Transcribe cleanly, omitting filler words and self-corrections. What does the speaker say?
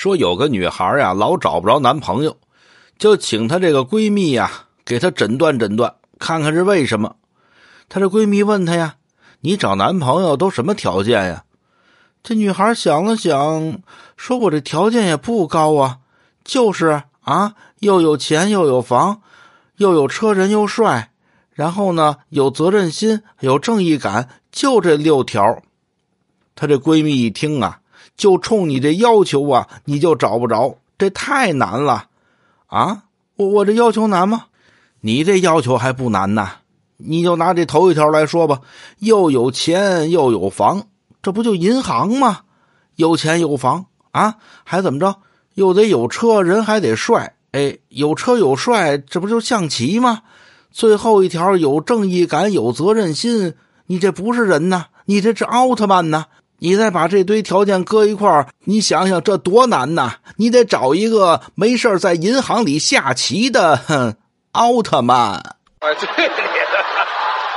说有个女孩呀，老找不着男朋友，就请她这个闺蜜呀，给她诊断诊断，看看是为什么。她这闺蜜问她呀，你找男朋友都什么条件呀？这女孩想了想，说我这条件也不高啊，就是又有钱又有房，又有车人又帅，然后呢有责任心有正义感，就这6条。她这闺蜜一听啊，就冲你这要求啊，你就找不着，这太难了啊！我这要求难吗？你这要求还不难呐，你就拿这头一条来说吧，又有钱又有房，这不就银行吗？有钱有房啊，还怎么着？又得有车，人还得帅，有车有帅，这不就象棋吗？最后一条有正义感有责任心，你这不是人呐，你这是奥特曼呐！你再把这堆条件搁一块儿，你想想这多难呐！你得找一个没事在银行里下棋的奥特曼。 去你的！